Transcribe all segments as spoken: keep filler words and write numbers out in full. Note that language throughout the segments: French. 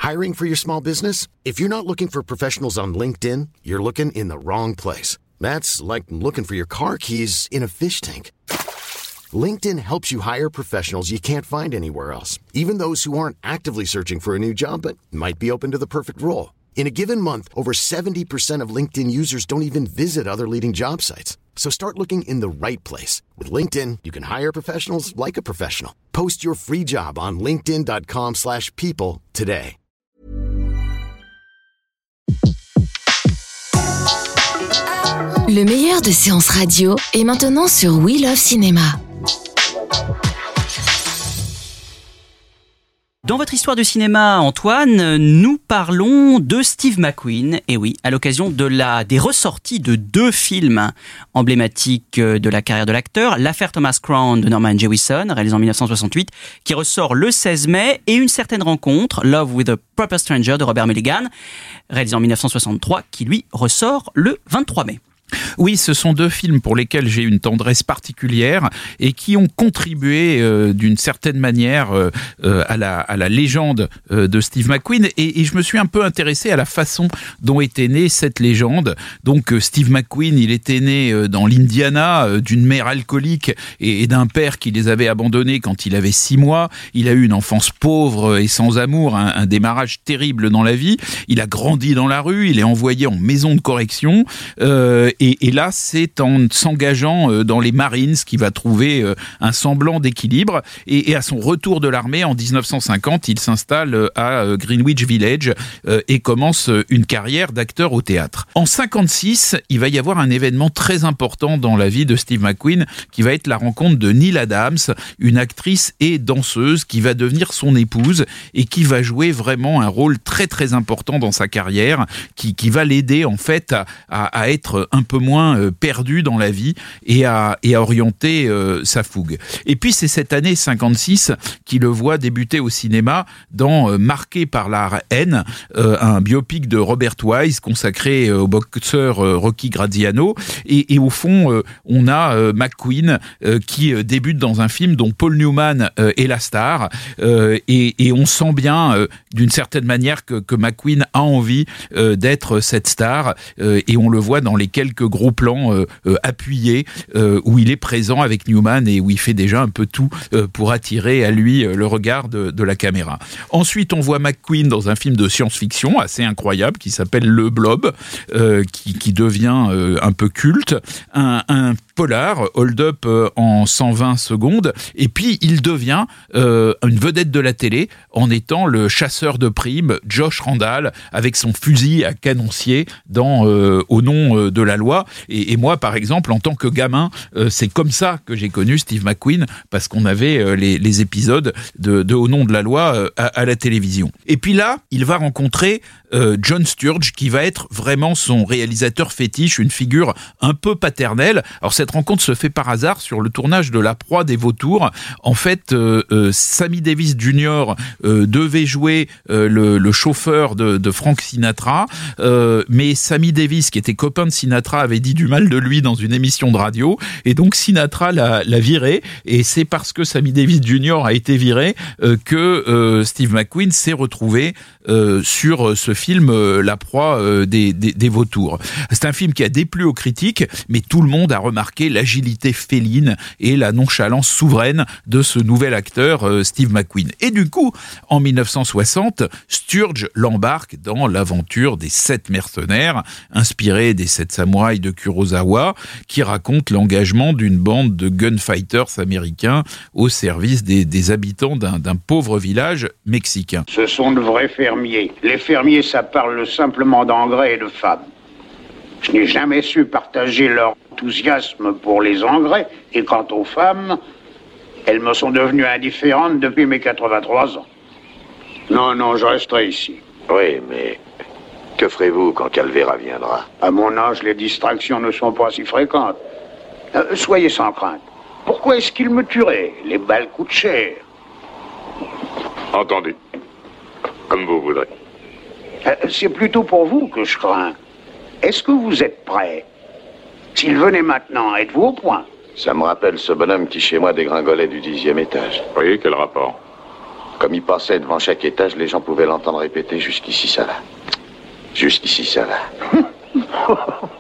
Hiring for your small business? If you're not looking for professionals on LinkedIn, you're looking in the wrong place. That's like looking for your car keys in a fish tank. LinkedIn helps you hire professionals you can't find anywhere else, even those who aren't actively searching for a new job but might be open to the perfect role. In a given month, over seventy percent of LinkedIn users don't even visit other leading job sites. So start looking in the right place. With LinkedIn, you can hire professionals like a professional. Post your free job on linkedin dot com slash people today. Le meilleur de séances radio est maintenant sur We Love Cinéma. Dans votre histoire de cinéma, Antoine, nous parlons de Steve McQueen. Et oui, à l'occasion de la, des ressorties de deux films emblématiques de la carrière de l'acteur, L'affaire Thomas Crown de Norman Jewison, réalisé en dix-neuf cent soixante-huit, qui ressort le seize mai, et Une certaine rencontre, Love with a Proper Stranger de Robert Mulligan, réalisé en dix-neuf cent soixante-trois, qui lui ressort le vingt-trois mai. Oui, ce sont deux films pour lesquels j'ai une tendresse particulière et qui ont contribué euh, d'une certaine manière euh, à, la, à la légende euh, de Steve McQueen, et, et je me suis un peu intéressé à la façon dont était née cette légende. Donc euh, Steve McQueen, il était né euh, dans l'Indiana euh, d'une mère alcoolique et, et d'un père qui les avait abandonnés quand il avait six mois. Il a eu une enfance pauvre et sans amour, un, un démarrage terrible dans la vie. Il a grandi dans la rue, il est envoyé en maison de correction euh, Et, et là, c'est en s'engageant dans les Marines qu'il va trouver un semblant d'équilibre. Et, et à son retour de l'armée, en dix-neuf cent cinquante, il s'installe à Greenwich Village et commence une carrière d'acteur au théâtre. En cinquante-six, il va y avoir un événement très important dans la vie de Steve McQueen, qui va être la rencontre de Neil Adams, une actrice et danseuse qui va devenir son épouse et qui va jouer vraiment un rôle très très important dans sa carrière, qui, qui va l'aider en fait à, à, à être un peu moins euh, perdu dans la vie et à, et à orienter euh, sa fougue. Et puis c'est cette année cinquante-six qui le voit débuter au cinéma dans euh, Marqué par la haine, euh, un biopic de Robert Wise consacré euh, au boxeur euh, Rocky Graziano. Et, et au fond, euh, on a euh, McQueen euh, qui euh, débute dans un film dont Paul Newman euh, est la star. Euh, et, et on sent bien, euh, d'une certaine manière, que, que McQueen a envie euh, d'être cette star. Euh, et on le voit dans les quelques gros plans euh, euh, appuyés euh, où il est présent avec Newman et où il fait déjà un peu tout euh, pour attirer à lui euh, le regard de, de la caméra. Ensuite, on voit McQueen dans un film de science-fiction assez incroyable qui s'appelle Le Blob, euh, qui, qui devient euh, un peu culte. Un, un polar, Hold Up euh, en cent vingt secondes, et puis il devient euh, une vedette de la télé en étant le chasseur de primes Josh Randall avec son fusil à canoncier dans euh, Au nom euh, de la loi. Et, et moi, par exemple, en tant que gamin, euh, c'est comme ça que j'ai connu Steve McQueen, parce qu'on avait euh, les, les épisodes de, de Au nom de la loi euh, à, à la télévision. Et puis là, il va rencontrer euh, John Sturge, qui va être vraiment son réalisateur fétiche, une figure un peu paternelle. Alors cette rencontre se fait par hasard sur le tournage de La Proie des Vautours. En fait, euh, euh, Sammy Davis junior euh, devait jouer euh, le, le chauffeur de, de Frank Sinatra, euh, mais Sammy Davis, qui était copain de Sinatra, avait dit du mal de lui dans une émission de radio, et donc Sinatra l'a, l'a viré, et c'est parce que Sammy Davis junior a été viré euh, que euh, Steve McQueen s'est retrouvé euh, sur ce film euh, La Proie euh, des, des, des Vautours. C'est un film qui a déplu aux critiques, mais tout le monde a remarqué l'agilité féline et la nonchalance souveraine de ce nouvel acteur euh, Steve McQueen. Et du coup, en dix-neuf cent soixante, Sturge l'embarque dans l'aventure des sept mercenaires, inspiré des sept samouraïs de Kurosawa, qui raconte l'engagement d'une bande de gunfighters américains au service des, des habitants d'un, d'un pauvre village mexicain. Ce sont de vrais fermiers. Les fermiers, ça parle simplement d'engrais et de femmes. Je n'ai jamais su partager leur enthousiasme pour les engrais, et quant aux femmes, elles me sont devenues indifférentes depuis mes quatre-vingt-trois ans. Non, non, je resterai ici. Oui, mais que ferez-vous quand Calvera viendra? À mon âge, les distractions ne sont pas si fréquentes. Euh, soyez sans crainte. Pourquoi est-ce qu'il me tuerait? Les balles coûtent cher. Entendu. Comme vous voudrez. Euh, c'est plutôt pour vous que je crains. Est-ce que vous êtes prêt? S'il venait maintenant, êtes-vous au point? Ça me rappelle ce bonhomme qui, chez moi, dégringolait du dixième étage. Oui, quel rapport? Comme il passait devant chaque étage, les gens pouvaient l'entendre répéter « Jusqu'ici, ça va. Jusqu'ici, ça va. »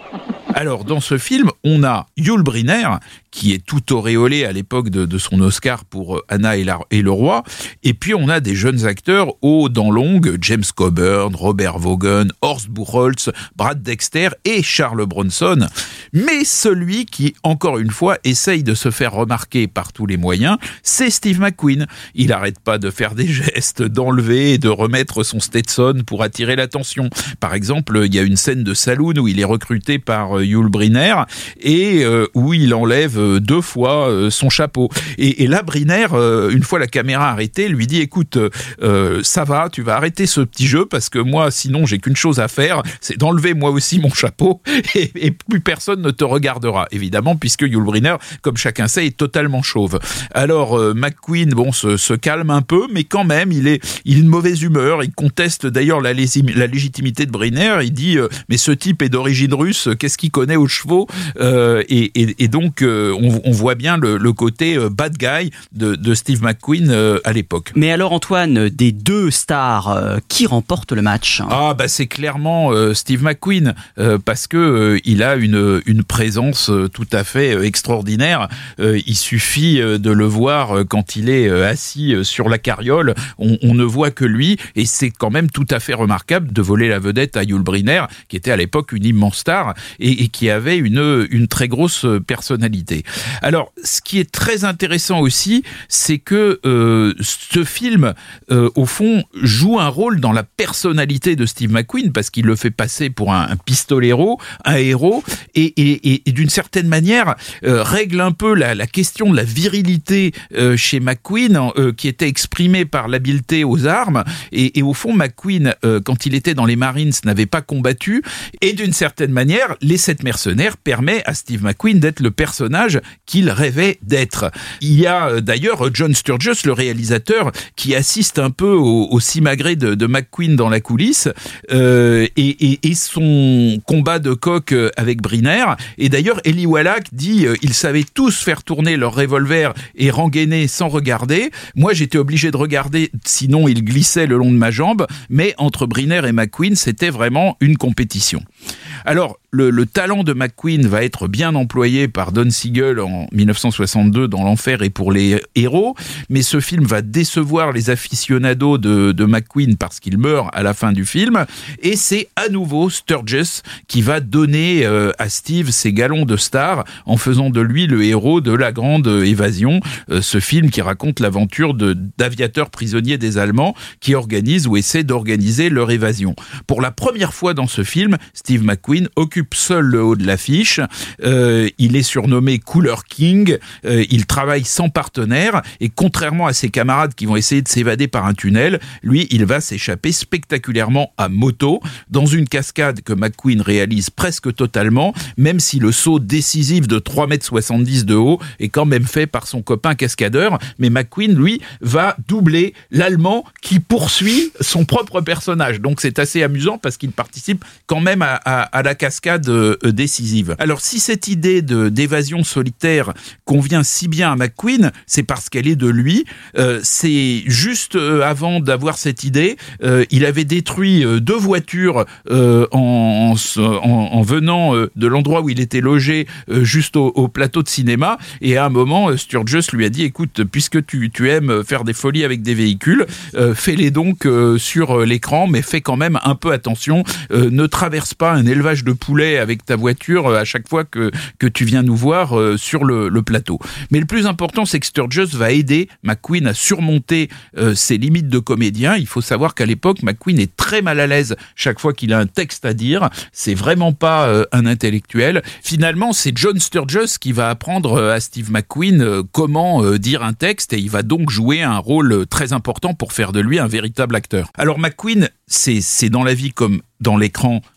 Alors, dans ce film, on a Yul Brynner, qui est tout auréolé à l'époque de, de son Oscar pour Anna et, la, et le Roi. Et puis, on a des jeunes acteurs aux dents longues, James Coburn, Robert Vaughan, Horst Buchholz, Brad Dexter et Charles Bronson. Mais celui qui, encore une fois, essaye de se faire remarquer par tous les moyens, c'est Steve McQueen. Il n'arrête pas de faire des gestes, d'enlever et de remettre son Stetson pour attirer l'attention. Par exemple, il y a une scène de saloon où il est recruté par Yul Brynner et euh, où il enlève deux fois euh, son chapeau. Et, et là, Brynner, euh, une fois la caméra arrêtée, lui dit « Écoute, euh, ça va, tu vas arrêter ce petit jeu parce que moi, sinon, j'ai qu'une chose à faire, c'est d'enlever moi aussi mon chapeau et, et plus personne ne te regardera. » Évidemment, puisque Yul Brynner, comme chacun sait, est totalement chauve. Alors, euh, McQueen, bon, se, se calme un peu, mais quand même, il est, il est de mauvaise humeur. Il conteste d'ailleurs la, lési- la légitimité de Brynner. Il dit euh, « Mais ce type est d'origine russe, qu'est-ce qu'il connaît aux chevaux ?» euh, et, et, et donc, euh, on, on voit bien le, le côté euh, bad guy de, de Steve McQueen euh, à l'époque. Mais alors Antoine, des deux stars, euh, qui remporte le match ? Ah bah c'est clairement euh, Steve McQueen euh, parce que euh, il a une une présence euh, tout à fait euh, extraordinaire. Euh, il suffit euh, de le voir euh, quand il est euh, assis euh, sur la carriole, on, on ne voit que lui et c'est quand même tout à fait remarquable de voler la vedette à Yul Brynner qui était à l'époque une immense star et, et qui avait une une très grosse personnalité. Alors, ce qui est très intéressant aussi, c'est que euh, ce film, euh, au fond, joue un rôle dans la personnalité de Steve McQueen, parce qu'il le fait passer pour un, un pistolero, un héros, et, et, et, et d'une certaine manière, euh, règle un peu la, la question de la virilité euh, chez McQueen, euh, qui était exprimée par l'habileté aux armes, et, et au fond, McQueen, euh, quand il était dans les Marines, n'avait pas combattu, et d'une certaine manière, Les Sept Mercenaires permet à Steve McQueen d'être le personnage qu'il rêvait d'être. Il y a d'ailleurs John Sturges, le réalisateur, qui assiste un peu au, au simagrée de, de McQueen dans la coulisse euh, et, et, et son combat de coq avec Brynner. Et d'ailleurs, Eli Wallach dit euh, ils savaient tous faire tourner leur revolver et rengainer sans regarder. Moi, j'étais obligé de regarder, sinon il glissait le long de ma jambe. Mais entre Brynner et McQueen, c'était vraiment une compétition. Alors, le, le talent de McQueen va être bien employé par Don Siegel en dix-neuf cent soixante-deux dans L'Enfer et pour les héros, mais ce film va décevoir les aficionados de, de McQueen parce qu'il meurt à la fin du film, et c'est à nouveau Sturges qui va donner euh, à Steve ses galons de star en faisant de lui le héros de La Grande Évasion, euh, ce film qui raconte l'aventure de, d'aviateurs prisonniers des Allemands qui organisent ou essaient d'organiser leur évasion. Pour la première fois dans ce film, Steve McQueen occupe seul le haut de l'affiche, euh, il est surnommé Cooler King, euh, il travaille sans partenaire et contrairement à ses camarades qui vont essayer de s'évader par un tunnel, lui il va s'échapper spectaculairement à moto dans une cascade que McQueen réalise presque totalement, même si le saut décisif de trois mètres soixante-dix de haut est quand même fait par son copain cascadeur, mais McQueen lui va doubler l'Allemand qui poursuit son propre personnage, donc c'est assez amusant parce qu'il participe quand même à, à, à la cascade euh, décisive. Alors si cette idée de, d'évasion solitaire convient si bien à McQueen, c'est parce qu'elle est de lui. Euh, c'est juste euh, avant d'avoir cette idée, euh, il avait détruit euh, deux voitures euh, en, en, en venant euh, de l'endroit où il était logé euh, juste au, au plateau de cinéma, et à un moment euh, Sturges lui a dit écoute, puisque tu, tu aimes faire des folies avec des véhicules, euh, fais-les donc euh, sur euh, l'écran, mais fais quand même un peu attention, euh, ne traverse pas un élevage de poulets avec ta voiture euh, à chaque fois que, que tu viens nous voir euh, sur le, le plateau. Mais le plus important, c'est que Sturges va aider McQueen à surmonter euh, ses limites de comédien. Il faut savoir qu'à l'époque, McQueen est très mal à l'aise chaque fois qu'il a un texte à dire. C'est vraiment pas euh, un intellectuel. Finalement, c'est John Sturges qui va apprendre euh, à Steve McQueen euh, comment euh, dire un texte, et il va donc jouer un rôle très important pour faire de lui un véritable acteur. Alors McQueen, c'est, c'est dans la vie comme dans l'écran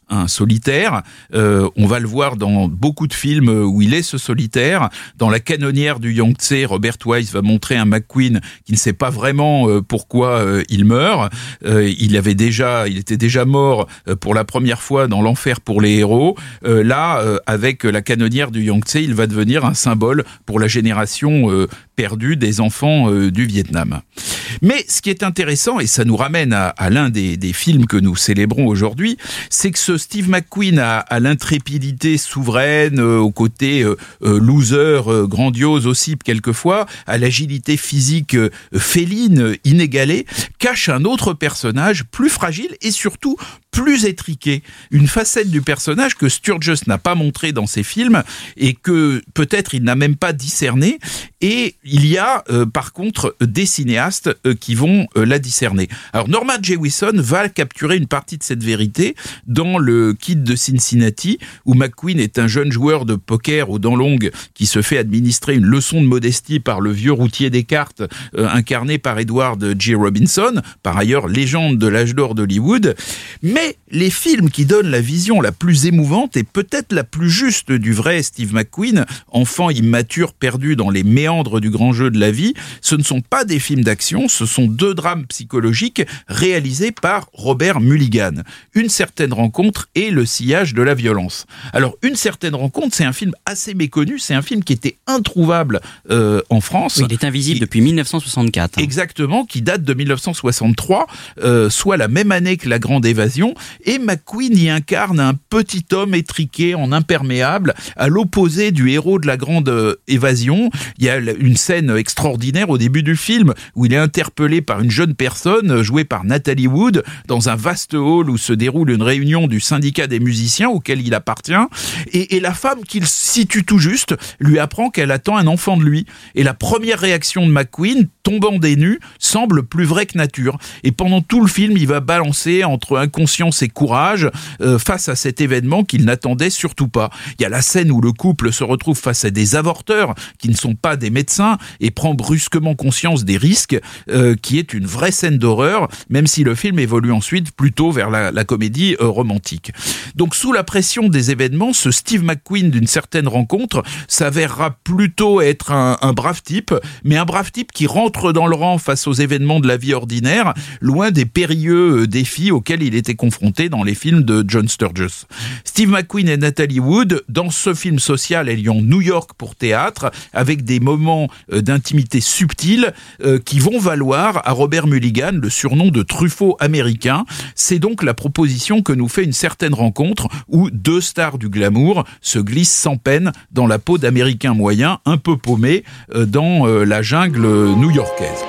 un solitaire. Euh, on va le voir dans beaucoup de films où il est ce solitaire. Dans La canonnière du Yangtze, Robert Wise va montrer un McQueen qui ne sait pas vraiment euh, pourquoi euh, il meurt. Euh, il avait déjà, il était déjà mort euh, pour la première fois dans L'Enfer pour les héros. Euh, là, euh, avec La canonnière du Yangtze, il va devenir un symbole pour la génération euh, perdue des enfants euh, du Vietnam. Mais ce qui est intéressant, et ça nous ramène à, à l'un des, des films que nous célébrons aujourd'hui, c'est que ce Steve McQueen a, a l'intrépidité souveraine, euh, au côté euh, euh, loser, euh, grandiose aussi quelquefois, à l'agilité physique euh, féline, inégalée, cache un autre personnage plus fragile et surtout plus étriqué. Une facette du personnage que Sturges n'a pas montré dans ses films et que peut-être il n'a même pas discerné. Et il y a euh, par contre des cinéastes euh, qui vont euh, la discerner. Alors Norman Jewison va capturer une partie de cette vérité dans Le Kid de Cincinnati, où McQueen est un jeune joueur de poker aux dents longues qui se fait administrer une leçon de modestie par le vieux routier des cartes euh, incarné par Edward G. Robinson, par ailleurs légende de l'âge d'or d'Hollywood. Mais les films qui donnent la vision la plus émouvante et peut-être la plus juste du vrai Steve McQueen, enfant immature perdu dans les méandres du grand jeu de la vie, ce ne sont pas des films d'action, ce sont deux drames psychologiques réalisés par Robert Mulligan. Une certaine rencontre et Le sillage de la violence. Alors, Une certaine rencontre, c'est un film assez méconnu, c'est un film qui était introuvable euh, en France. Oui, il est invisible qui, depuis dix-neuf cent soixante-quatre. Exactement, qui date de dix-neuf cent soixante-trois, euh, soit la même année que La Grande Évasion, et McQueen y incarne un petit homme étriqué en imperméable, à l'opposé du héros de La Grande Évasion. Il y a une scène extraordinaire au début du film où il est interpellé par une jeune personne jouée par Natalie Wood dans un vaste hall où se déroule une réunion du syndicat des musiciens auquel il appartient, et, et la femme qu'il situe tout juste lui apprend qu'elle attend un enfant de lui. Et la première réaction de McQueen, tombant des nues, semble plus vraie que nature. Et pendant tout le film, il va balancer entre inconscience et courage euh, face à cet événement qu'il n'attendait surtout pas. Il y a la scène où le couple se retrouve face à des avorteurs qui ne sont pas des médecins et prend brusquement conscience des risques, euh, qui est une vraie scène d'horreur, même si le film évolue ensuite plutôt vers la, la comédie euh, romantique. Donc sous la pression des événements, ce Steve McQueen d'une certaine rencontre s'avérera plutôt être un, un brave type, mais un brave type qui rentre dans le rang face aux événements de la vie ordinaire, loin des périlleux euh, défis auxquels il était confronté dans les films de John Sturges. Steve McQueen et Natalie Wood, dans ce film social ayant New York pour théâtre, avec des moments euh, d'intimité subtile euh, qui vont valoir à Robert Mulligan le surnom de Truffaut américain. C'est donc la proposition que nous fait Une certaine rencontre, où deux stars du glamour se glissent sans peine dans la peau d'Américains moyens, un peu paumés euh, dans euh, la jungle new-yorkaise.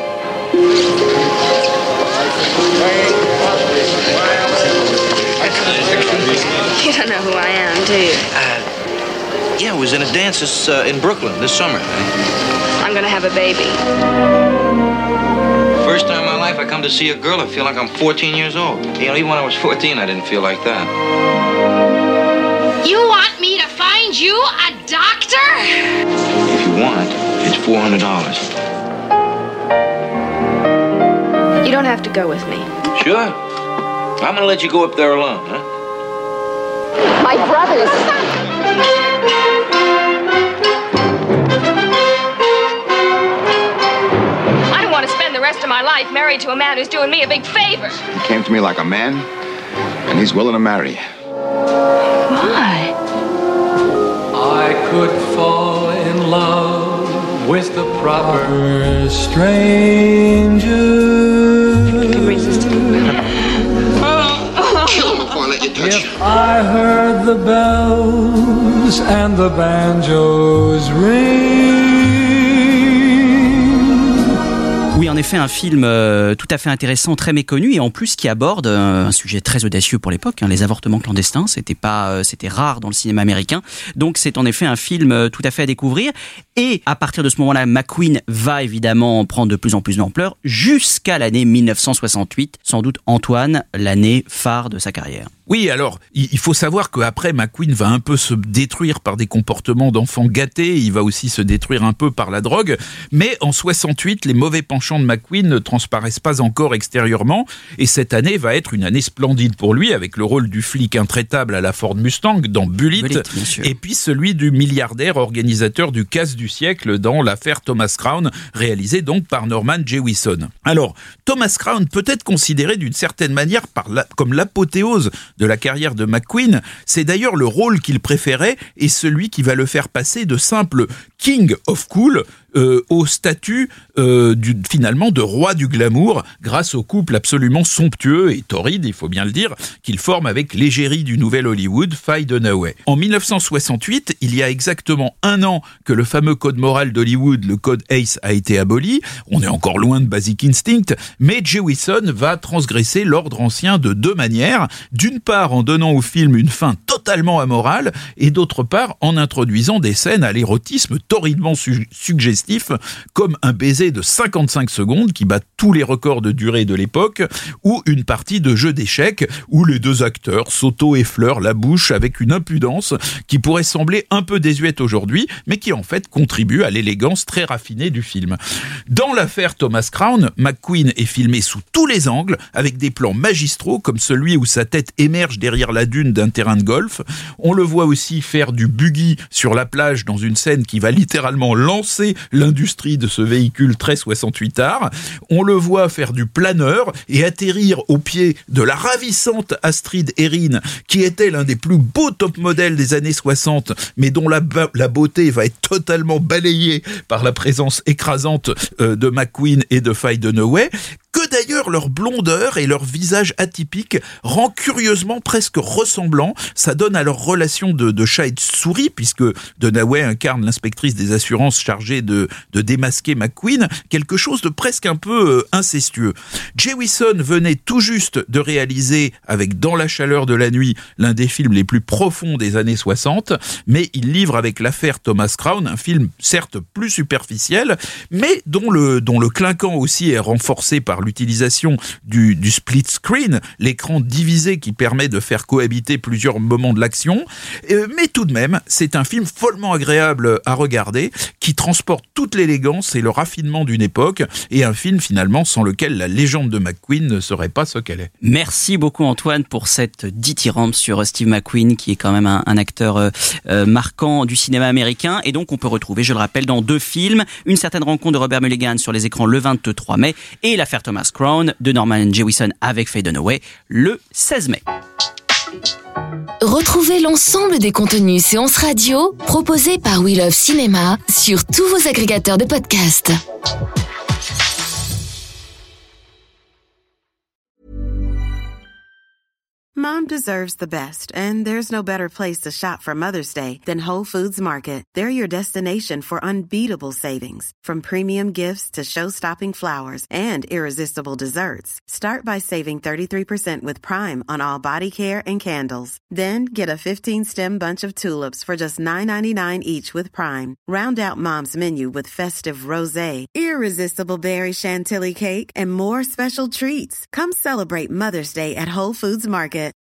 You don't know who I am, do you? Uh, yeah, I was in a dance this, uh, in Brooklyn this summer. I'm gonna have a baby. First time in my life I come to see a girl, I feel like I'm fourteen years old. You know, even when I was fourteen, I didn't feel like that. You want me to find you a doctor? If you want, it's four hundred dollars. You don't have to go with me. Sure. I'm gonna let you go up there alone, huh? My brothers. I don't want to spend the rest of my life married to a man who's doing me a big favor. He came to me like a man, and he's willing to marry you. Why? I could fall in love with the proper stranger. I'm resisting. Kill him before I let you touch him. If I heard the bells and the banjos ring. Oui, en effet, un film euh, tout à fait intéressant, très méconnu, et en plus qui aborde euh, un sujet très audacieux pour l'époque, hein, les avortements clandestins. C'était pas, euh, c'était rare dans le cinéma américain. Donc c'est en effet un film euh, tout à fait à découvrir. Et à partir de ce moment-là, McQueen va évidemment prendre de plus en plus d'ampleur jusqu'à l'année dix-neuf cent soixante-huit, sans doute Antoine, l'année phare de sa carrière. Oui, alors, il faut savoir qu'après, McQueen va un peu se détruire par des comportements d'enfant gâtés, il va aussi se détruire un peu par la drogue, mais en soixante-huit, les mauvais penchants de McQueen ne transparaissent pas encore extérieurement, et cette année va être une année splendide pour lui, avec le rôle du flic intraitable à la Ford Mustang dans Bullitt, Bullitt et puis celui du milliardaire organisateur du casse du siècle dans l'affaire Thomas Crown, réalisé donc par Norman Jewison. Alors, Thomas Crown peut être considéré d'une certaine manière par la, comme l'apothéose de la carrière de McQueen. C'est d'ailleurs le rôle qu'il préférait et celui qui va le faire passer de simple King of Cool Euh, au statut euh, du, finalement de roi du glamour grâce au couple absolument somptueux et torride, il faut bien le dire, qu'il forme avec l'égérie du nouvel Hollywood, Faye Dunaway. En dix-neuf cent soixante-huit, il y a exactement un an que le fameux code moral d'Hollywood, le code Hays, a été aboli. On est encore loin de Basic Instinct, mais Jewison va transgresser l'ordre ancien de deux manières. D'une part, en donnant au film une fin totalement amorale, et d'autre part, en introduisant des scènes à l'érotisme torridement su- suggestif, comme un baiser de cinquante-cinq secondes qui bat tous les records de durée de l'époque, ou une partie de jeu d'échecs où les deux acteurs s'auto-effleurent la bouche avec une impudence qui pourrait sembler un peu désuète aujourd'hui, mais qui en fait contribue à l'élégance très raffinée du film. Dans l'affaire Thomas Crown, McQueen est filmé sous tous les angles, avec des plans magistraux comme celui où sa tête émerge derrière la dune d'un terrain de golf. On le voit aussi faire du buggy sur la plage dans une scène qui va littéralement lancer l'industrie de ce véhicule très soixante-huit art. On le voit faire du planeur et atterrir au pied de la ravissante Astrid Erin, qui était l'un des plus beaux top modèles des années soixante, mais dont la, ba- la beauté va être totalement balayée par la présence écrasante euh, de McQueen et de Faye Dunaway, que d'ailleurs leur blondeur et leur visage atypique rend curieusement presque ressemblant. Ça donne à leur relation de, de chat et de souris, puisque Dunaway incarne l'inspectrice des assurances chargée de, de démasquer McQueen, quelque chose de presque un peu euh, incestueux. Jewison venait tout juste de réaliser, avec Dans la chaleur de la nuit, l'un des films les plus profonds des années soixante, mais il livre avec l'affaire Thomas Crown un film certes plus superficiel, mais dont le, dont le clinquant aussi est renforcé par l'utilisation du, du split screen, l'écran divisé qui permet de faire cohabiter plusieurs moments de l'action. Euh, mais tout de même, c'est un film follement agréable à regarder, qui transporte toute l'élégance et le raffinement d'une époque, et un film finalement sans lequel la légende de McQueen ne serait pas ce qu'elle est. Merci beaucoup Antoine pour cette dithyrambe sur Steve McQueen, qui est quand même un, un acteur euh, marquant du cinéma américain, et donc on peut retrouver, je le rappelle, dans deux films, Une certaine rencontre de Robert Mulligan sur les écrans le vingt-trois mai, et l'affaire Thomas Crown de Norman Jewison avec Faye Dunaway le seize mai. Retrouvez l'ensemble des contenus séances radio proposés par We Love Cinéma sur tous vos agrégateurs de podcasts. Mom deserves the best, and there's no better place to shop for Mother's Day than Whole Foods Market. They're your destination for unbeatable savings, from premium gifts to show-stopping flowers and irresistible desserts. Start by saving thirty-three percent with Prime on all body care and candles. Then get a fifteen-stem bunch of tulips for just nine ninety-nine each with Prime. Round out Mom's menu with festive rosé, irresistible berry chantilly cake, and more special treats. Come celebrate Mother's Day at Whole Foods Market.